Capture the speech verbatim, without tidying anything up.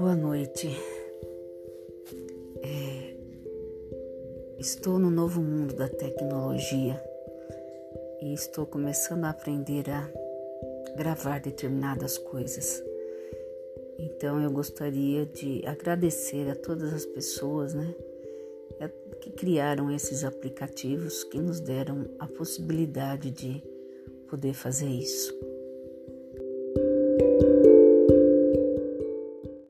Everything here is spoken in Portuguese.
Boa noite. É, estou no novo mundo da tecnologia e estou começando a aprender a gravar determinadas coisas. Então eu gostaria de agradecer a todas as pessoas, né, que criaram esses aplicativos que nos deram a possibilidade de poder fazer isso.